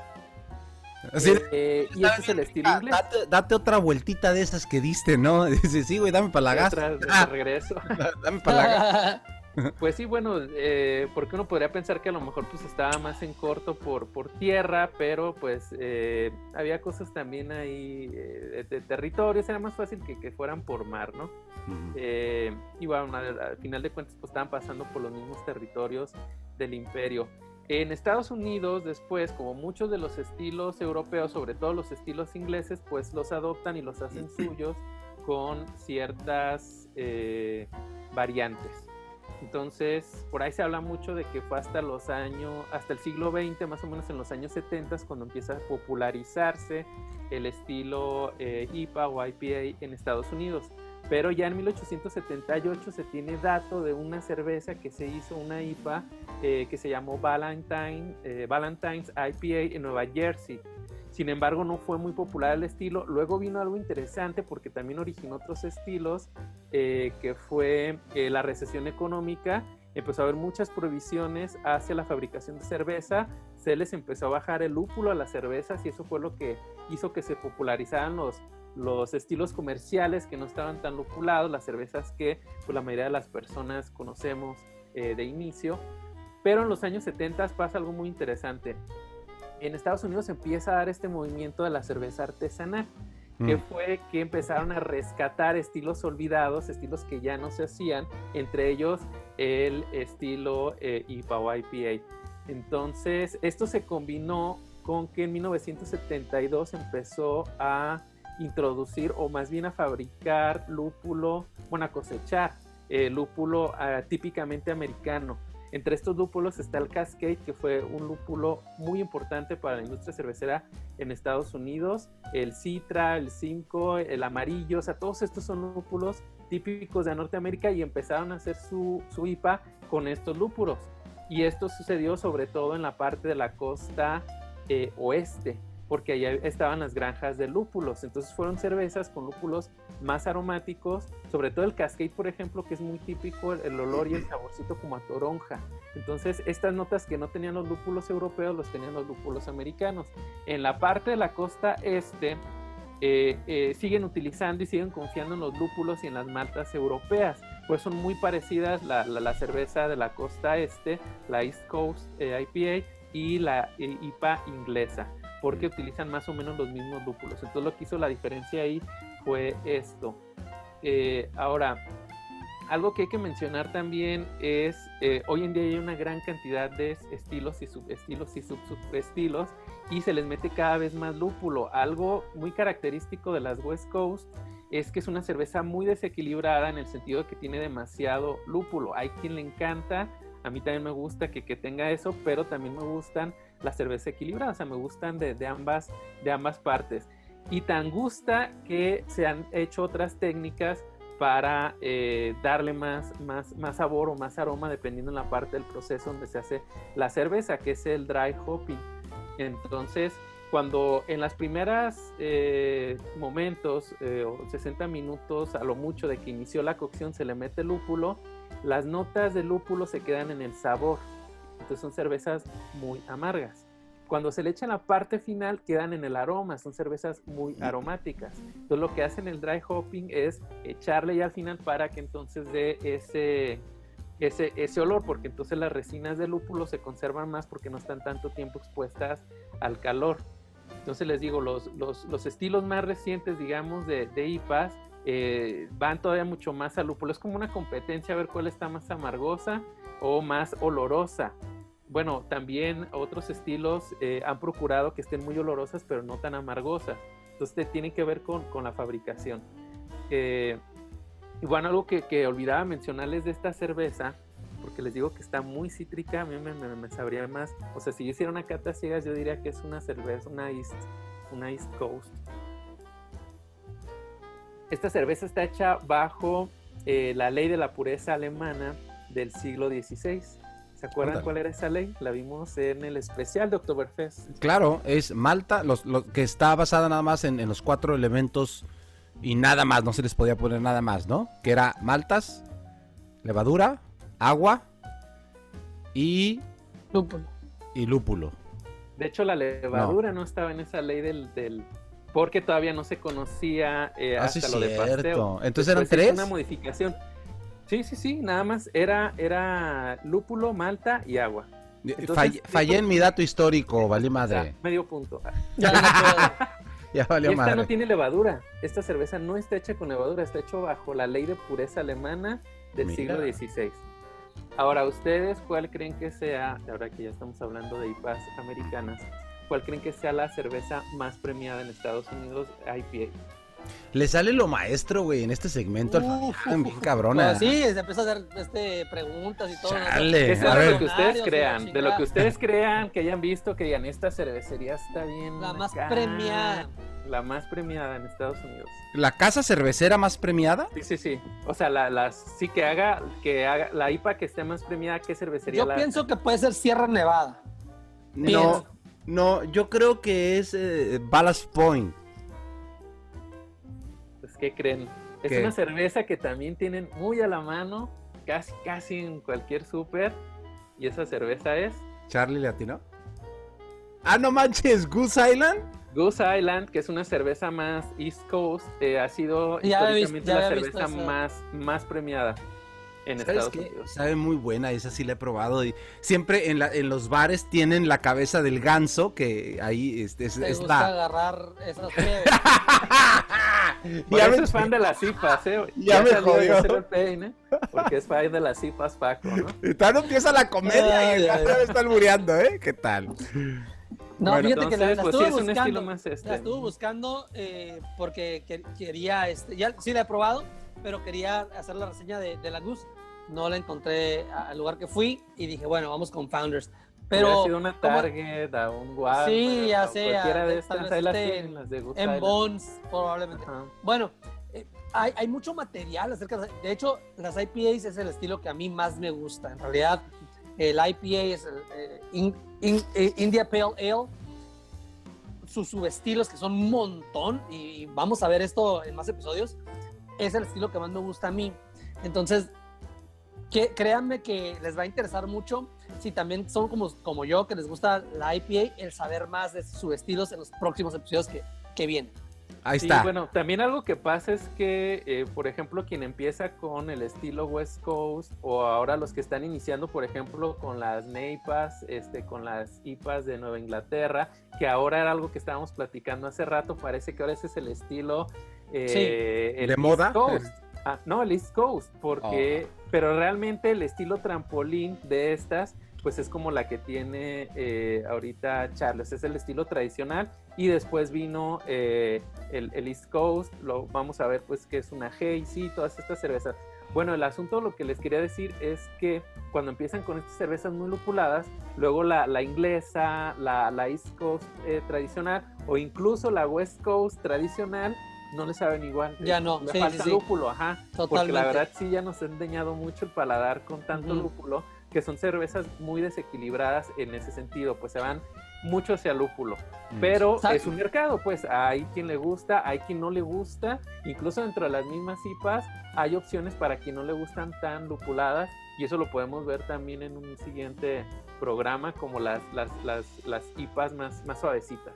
Así, eh, y este es el estilo inglés. Date, date otra vueltita de esas que diste, ¿no? Dice, sí, güey, dame para la gas. De ah, regreso. Dame para la gas. Pues sí, bueno, eh, porque uno podría pensar que a lo mejor pues estaba más en corto por, por tierra, pero pues eh, había cosas también ahí eh, de territorios, era más fácil que, que fueran por mar, ¿no? Uh-huh. eh, y bueno, al, al final de cuentas pues estaban pasando por los mismos territorios del imperio. En Estados Unidos después, como muchos de los estilos europeos, sobre todo los estilos ingleses, pues los adoptan y los hacen suyos con ciertas eh, variantes. Entonces, por ahí se habla mucho de que fue hasta los años, hasta el siglo veinte, más o menos en los años setenta, cuando empieza a popularizarse el estilo eh, I P A o I P A en Estados Unidos. Pero ya en mil ochocientos setenta y ocho se tiene dato de una cerveza que se hizo, una I P A, eh, que se llamó Valentine, eh, Valentine's I P A en Nueva Jersey. Sin embargo, no fue muy popular el estilo. Luego vino algo interesante porque también originó otros estilos, eh, que fue eh, la recesión económica. Empezó a haber muchas prohibiciones hacia la fabricación de cerveza. Se les empezó a bajar el lúpulo a las cervezas y eso fue lo que hizo que se popularizaran los, los estilos comerciales que no estaban tan lupulados, las cervezas que pues, la mayoría de las personas conocemos eh, de inicio. Pero en los años setenta pasa algo muy interesante. En Estados Unidos empieza a dar este movimiento de la cerveza artesanal, mm. que fue que empezaron a rescatar estilos olvidados, estilos que ya no se hacían, entre ellos el estilo eh, I P A o I P A. Entonces, esto se combinó con que en mil novecientos setenta y dos empezó a introducir, o más bien a fabricar lúpulo, bueno, a cosechar eh, lúpulo uh, típicamente americano. Entre estos lúpulos está el Cascade, que fue un lúpulo muy importante para la industria cervecera en Estados Unidos, el Citra, el Simcoe, el Amarillo, o sea, todos estos son lúpulos típicos de Norteamérica y empezaron a hacer su, su I P A con estos lúpulos. Y esto sucedió sobre todo en la parte de la costa eh, oeste, porque allá estaban las granjas de lúpulos. Entonces fueron cervezas con lúpulos más aromáticos, sobre todo el Cascade, por ejemplo, que es muy típico el, el olor y el saborcito como a toronja. Entonces estas notas que no tenían los lúpulos europeos los tenían los lúpulos americanos. En la parte de la costa este eh, eh, siguen utilizando y siguen confiando en los lúpulos y en las maltas europeas, pues son muy parecidas la, la, la cerveza de la costa este, la East Coast eh, I P A y la eh, I P A inglesa, porque utilizan más o menos los mismos lúpulos. Entonces lo que hizo la diferencia ahí fue esto. Eh, ahora, algo que hay que mencionar también es, eh, hoy en día hay una gran cantidad de estilos y subestilos y subestilos y se les mete cada vez más lúpulo. Algo muy característico de las West Coast es que es una cerveza muy desequilibrada en el sentido de que tiene demasiado lúpulo. Hay quien le encanta, a mí también me gusta que, que tenga eso, pero también me gustan las cervezas equilibradas, o sea, me gustan de, de, ambas, de ambas partes. Y tan gusta que se han hecho otras técnicas para eh, darle más, más, más sabor o más aroma dependiendo en la parte del proceso donde se hace la cerveza, que es el dry hopping. Entonces, cuando en las primeras eh, momentos, eh, o sesenta minutos a lo mucho de que inició la cocción, se le mete lúpulo, las notas de lúpulo se quedan en el sabor. Entonces son cervezas muy amargas. Cuando se le echa en la parte final, quedan en el aroma, son cervezas muy aromáticas. Entonces lo que hacen el dry hopping es echarle ya al final para que entonces dé ese, ese, ese olor, porque entonces las resinas de lúpulo se conservan más porque no están tanto tiempo expuestas al calor. Entonces les digo, los, los, los estilos más recientes, digamos, de, de I P As, eh, van todavía mucho más al lúpulo. Es como una competencia a ver cuál está más amargosa o más olorosa. Bueno, también otros estilos eh, han procurado que estén muy olorosas, pero no tan amargosas. Entonces, tiene que ver con, con la fabricación. Eh, y bueno, algo que, que olvidaba mencionarles de esta cerveza, porque les digo que está muy cítrica, a mí me, me, me sabría más. O sea, si yo hiciera una cata ciegas, yo diría que es una cerveza, una East, una East Coast. Esta cerveza está hecha bajo eh, la ley de la pureza alemana del siglo dieciséis. ¿Se acuerdan Ándale. cuál era esa ley? La vimos en el especial de Oktoberfest. Claro, es Malta, los, los, que está basada nada más en, en los cuatro elementos y nada más, no se les podía poner nada más, ¿no? Que era maltas, levadura, agua y Lúpulo. y lúpulo. De hecho, la levadura no, no estaba en esa ley del... del porque todavía no se conocía eh, Ah, hasta sí, lo de cierto. pasteo. Entonces, ¿eran Después hizo tres? una modificación. Sí, sí, sí, nada más era, era lúpulo, malta y agua. Entonces, Fall, fallé en mi dato histórico, valí madre. O sea, medio punto. Ya no puedo. Ya valió Y esta madre. no tiene levadura. Esta cerveza no está hecha con levadura, está hecho bajo la ley de pureza alemana del Mira. siglo dieciséis. Ahora, ¿ustedes cuál creen que sea, ahora que ya estamos hablando de I P As americanas, cuál creen que sea la cerveza más premiada en Estados Unidos, I P A? Le sale lo maestro, güey, en este segmento. Uf, Al bien cabrona. Pues sí, se empieza a hacer este, preguntas y todo. Chale. Eso a es de ver. lo que ustedes Millonarios y la crean, de lo chingada. que ustedes crean, que hayan visto, que digan, esta cervecería está bien La más acá". premiada. La más premiada en Estados Unidos. ¿La casa cervecera más premiada? Sí, sí, sí. O sea, la, la- sí que haga, que haga la I P A que esté más premiada, ¿qué cervecería? Yo la pienso que puede ser Sierra Nevada. No, Pienso. no, yo creo que es eh, Ballast Point. Pues, ¿qué creen? Es ¿Qué? una cerveza que también tienen muy a la mano, casi, casi en cualquier súper. Y esa cerveza es Charlie Latino. Ah, no manches, Goose Island. Goose Island, que es una cerveza más East Coast. eh, ha sido Ya había históricamente visto- ya la había visto cerveza esa. más, más premiada en ¿Sabes Estados qué? Unidos. Sabe muy buena, esa sí la he probado. Y siempre en, la, en los bares tienen la cabeza del ganso, que ahí este, es, Te es gusta la... agarrar esas cheves. Por Ya eso me- es fan de las I P As, ¿eh? Ya me salió de jodió. hacer el peine, porque es fan de las I P As, Paco, ¿no? Y todavía no empieza la comedia Ay, y ay, ya me están muriendo, ¿eh? ¿Qué tal? No, Bueno, fíjate que la, entonces, la pues, estuve sí, es un buscando. estilo más este. La estuve buscando eh, porque que- quería, este, ya sí la he probado, pero quería hacer la reseña de, de la Goose. No la encontré a- al lugar que fui y dije, bueno, vamos con Founders. Pero Pero ha sido una ¿cómo? Target, a un Walmart, Sí, ya a sé, cualquiera a- de tal estas, vez ahí las esté tienen, las de Goose en Island. Bones, probablemente. Ajá. Bueno, eh, hay, hay mucho material acerca de... De hecho, las I P As es el estilo que a mí más me gusta. En realidad, el I P A es el eh, In- In- eh, India Pale Ale. Sus subestilos, que son un montón, y vamos a ver esto en más episodios, es el estilo que más me gusta a mí. Entonces, que, créanme que les va a interesar mucho si también son como, como yo, que les gusta la I P A, el saber más de sus estilos en los próximos episodios que, que vienen. Ahí Sí, está. bueno, también algo que pasa es que, eh, por ejemplo, quien empieza con el estilo West Coast, o ahora los que están iniciando, por ejemplo, con las Neipas, este, con las I P As de Nueva Inglaterra, que ahora era algo que estábamos platicando hace rato, parece que ahora ese es el estilo eh, el ¿De East moda? Coast. Ah, no, el East Coast, porque, Oh. pero realmente el estilo trampolín de estas, pues es como la que tiene eh, ahorita Charles, es el estilo tradicional, y después vino eh, el, el East Coast, lo vamos a ver pues que es una Hazy, todas estas cervezas. Bueno, el asunto, lo que les quería decir es que cuando empiezan con estas cervezas muy lupuladas, luego la, la inglesa, la, la East Coast eh, tradicional, o incluso la West Coast tradicional, no le saben igual. Ya no, Le sí, falta sí, sí. lúpulo, ajá. Porque Totalmente. la verdad sí ya nos ha endeñado mucho el paladar con tanto Ujú. lúpulo, que son cervezas muy desequilibradas en ese sentido, pues se van mucho hacia lúpulo. Mm. Pero ¿Sabes? es un mercado, pues hay quien le gusta, hay quien no le gusta, incluso dentro de las mismas I P As hay opciones para quien no le gustan tan lupuladas, y eso lo podemos ver también en un siguiente programa, como las, las, las, las I P As más, más suavecitas.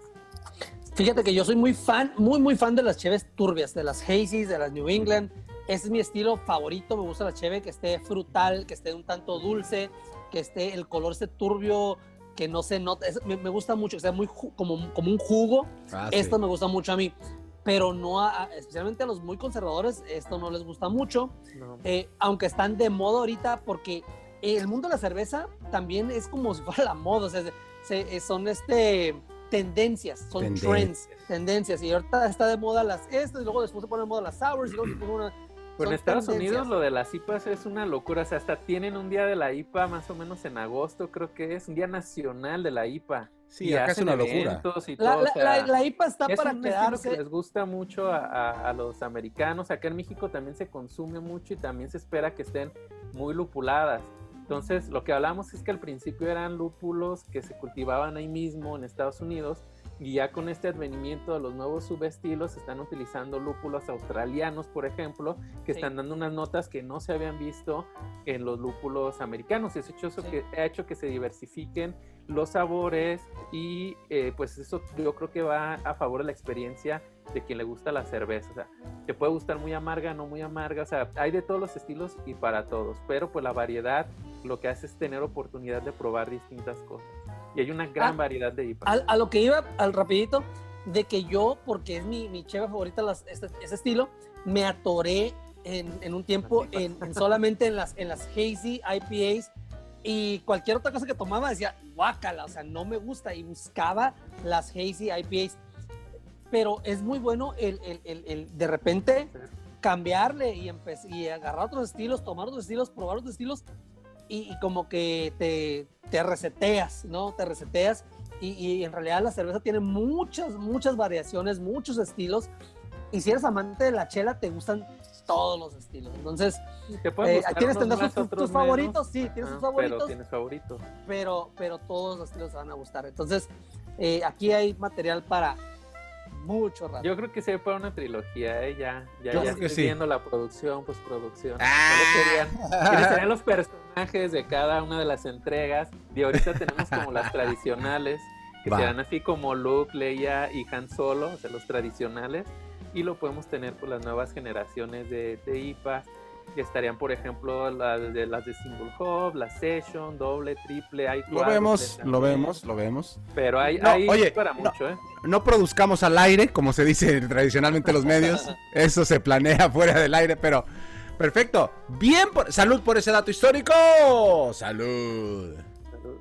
Fíjate que yo soy muy fan, muy, muy fan de las cheves turbias, de las hazies, de las New England. Ese es mi estilo favorito. Me gusta la cheve que esté frutal, que esté un tanto dulce, que esté el color esté turbio, que no se note. Es- me, me gusta mucho, que sea muy ju- como, como un jugo. Ah, Esto sí. me gusta mucho a mí. Pero no, a- a- especialmente a los muy conservadores, esto no les gusta mucho. No. Eh, aunque están de moda ahorita, porque el mundo de la cerveza también es como si fuera la moda. O sea, se- se- son este, tendencias, son Tendencias. trends, tendencias. Y ahorita está de moda las estas, y luego después se ponen de moda las sours, y luego se pone una. Pero son en Estados tendencias. Unidos lo de las I P As es una locura, o sea, hasta tienen un día de la I P A más o menos en agosto, creo que es un día nacional de la I P A. Sí, Y acá es hacen una locura. eventos y La, todo, la, o sea, la- la I P A está es para un estilo quedarse. que les gusta mucho a, a- a los americanos. Acá en México también se consume mucho y también se espera que estén muy lupuladas. Entonces, lo que hablamos es que al principio eran lúpulos que se cultivaban ahí mismo en Estados Unidos, y ya con este advenimiento de los nuevos subestilos están utilizando lúpulos australianos, por ejemplo, que Sí. están dando unas notas que no se habían visto en los lúpulos americanos. Y eso ha hecho, eso Sí. que, ha hecho que se diversifiquen los sabores, y eh, pues eso yo creo que va a favor de la experiencia de quien le gusta la cerveza. O sea, te puede gustar muy amarga, no muy amarga, o sea, hay de todos los estilos y para todos, pero pues la variedad lo que hace es tener oportunidad de probar distintas cosas. Y hay una gran Ah, variedad de I P As. A, a lo que iba, al rapidito, de que yo, porque es mi, mi cheve favorita las, este, ese estilo, me atoré en, en un tiempo Las I P As. en, en solamente en las, en las hazy I P As, y cualquier otra cosa que tomaba decía, guácala, o sea, no me gusta, y buscaba las hazy I P As. Pero es muy bueno el, el, el, el de repente cambiarle y, empe- y agarrar otros estilos, tomar otros estilos, probar otros estilos, y, y como que te, te reseteas, ¿no? Te reseteas, y, y en realidad la cerveza tiene muchas, muchas variaciones, muchos estilos, y si eres amante de la chela, te gustan todos los estilos. Entonces, Te pueden eh, gustar tienes unos tendrás más, tus, otros tus favoritos, menos. sí, tienes Ah, tus favoritos, Pero tienes favoritos. pero, pero todos los estilos te van a gustar. Entonces, eh, aquí hay material para mucho rato. Yo creo que se para una trilogía, ¿eh? Ya, ya, Yo ya creo que estoy sí. viendo la producción, postproducción. Ah. ¿Cuáles serían, ¿Quiénes serían los personajes de cada una de las entregas? Y ahorita tenemos como las tradicionales, que Va. serán así como Luke, Leia y Han Solo, o sea, los tradicionales. Y lo podemos tener por las nuevas generaciones de, de I P As, que estarían, por ejemplo, las de, las de Single Hop, la Session, doble, triple, hay Lo cuádruple vemos, lo también. vemos, lo vemos. Pero hay, No, hay oye, para no. mucho, ¿eh? No produzcamos al aire, como se dice tradicionalmente en los medios. Eso se planea fuera del aire, pero perfecto. Bien, por... salud por ese dato histórico. Salud. Salud.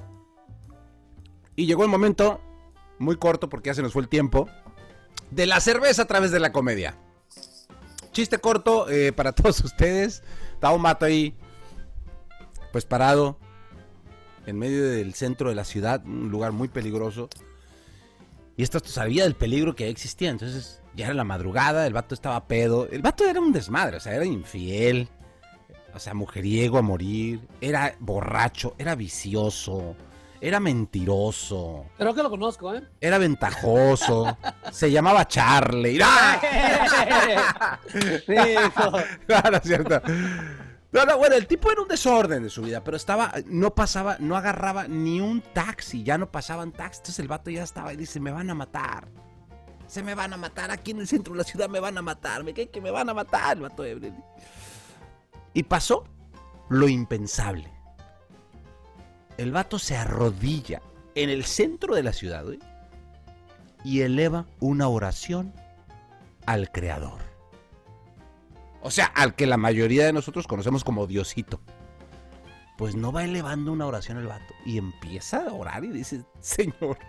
Y llegó el momento, muy corto porque ya se nos fue el tiempo, de la cerveza a través de la comedia. Chiste corto eh, para todos ustedes. Estaba un vato ahí, pues parado, en medio del centro de la ciudad, un lugar muy peligroso. Y esto sabía del peligro que existía. Entonces ya era la madrugada, el vato estaba pedo. El vato era un desmadre, o sea, era infiel. O sea, mujeriego a morir. Era borracho, era vicioso, era mentiroso, Creo que lo conozco, ¿eh? era ventajoso. Se llamaba Charlie. ¡Ah! Sí, hijo. Claro, es cierto. No, no, bueno, el tipo era un desorden de su vida, pero estaba, no pasaba, no agarraba ni un taxi, ya no pasaban taxis. Entonces el vato ya estaba y dice, me van a matar. Se me van a matar, aquí en el centro de la ciudad me van a matar, me cae que me van a matar, el vato ebrio. Y pasó lo impensable. El vato se arrodilla en el centro de la ciudad, ¿eh? Y eleva una oración al Creador. O sea, al que la mayoría de nosotros conocemos como Diosito. Pues no va elevando una oración el vato. Y empieza a orar y dice, Señor,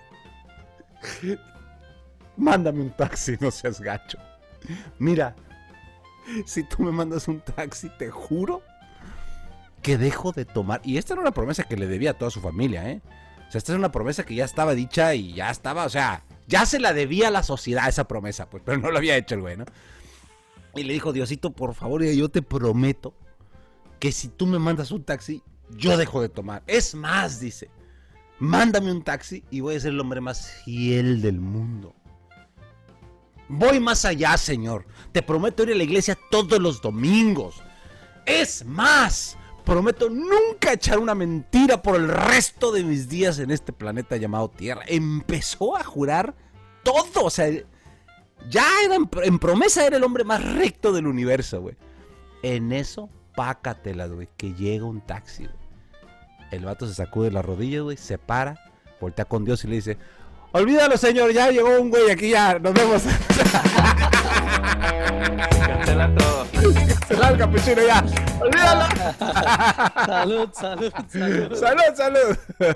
mándame un taxi, no seas gacho. Mira, si tú me mandas un taxi, te juro que dejo de tomar. Y esta era una promesa que le debía a toda su familia, ¿eh? O sea, esta es una promesa que ya estaba dicha y ya estaba, o sea, ya se la debía a la sociedad esa promesa, pues, pero no lo había hecho el güey, ¿no? Y le dijo, Diosito, por favor, yo te prometo que si tú me mandas un taxi, yo dejo de tomar. Es más, dice, mándame un taxi y voy a ser el hombre más fiel del mundo. Voy más allá, Señor. Te prometo ir a la iglesia todos los domingos. Es más, prometo nunca echar una mentira por el resto de mis días en este planeta llamado Tierra. Empezó a jurar todo, o sea, ya era en, en promesa era el hombre más recto del universo, güey. En eso, pácatelas, güey, que llega un taxi, güey. El vato se sacude las rodillas, güey, se para, voltea con Dios y le dice: olvídalo, Señor, ya llegó un güey aquí, ya, nos vemos. Cancela todo. Cancela el capuchino, ya. Olvídalo. Salud, salud, salud. Salud, salud.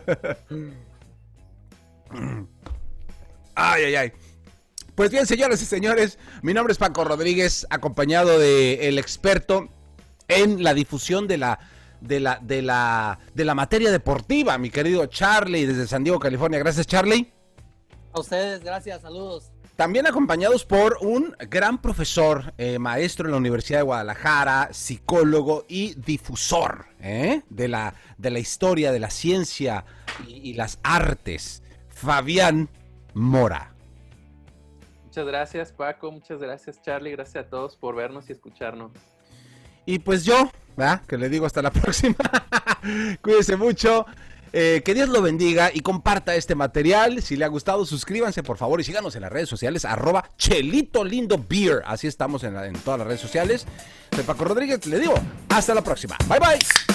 Ay, ay, ay. Pues bien, señoras y señores, mi nombre es Paco Rodríguez, acompañado de el experto en la difusión de la de la de la de la materia deportiva, mi querido Charlie desde San Diego, California. Gracias, Charlie. A ustedes, gracias, saludos. También acompañados por un gran profesor, eh, maestro en la Universidad de Guadalajara, psicólogo y difusor ¿eh? de la de la historia, de la ciencia y, y las artes, Fabián Mora. Muchas gracias, Paco. Muchas gracias, Charlie. Gracias a todos por vernos y escucharnos. Y pues yo, ¿verdad? Que le digo hasta la próxima. Cuídense mucho. Eh, que Dios lo bendiga y comparta este material. Si le ha gustado, suscríbanse, por favor, y síganos en las redes sociales, arroba Chelito Lindo Beer. Así estamos en, la, en todas las redes sociales. Soy Paco Rodríguez, le digo, hasta la próxima. Bye, bye.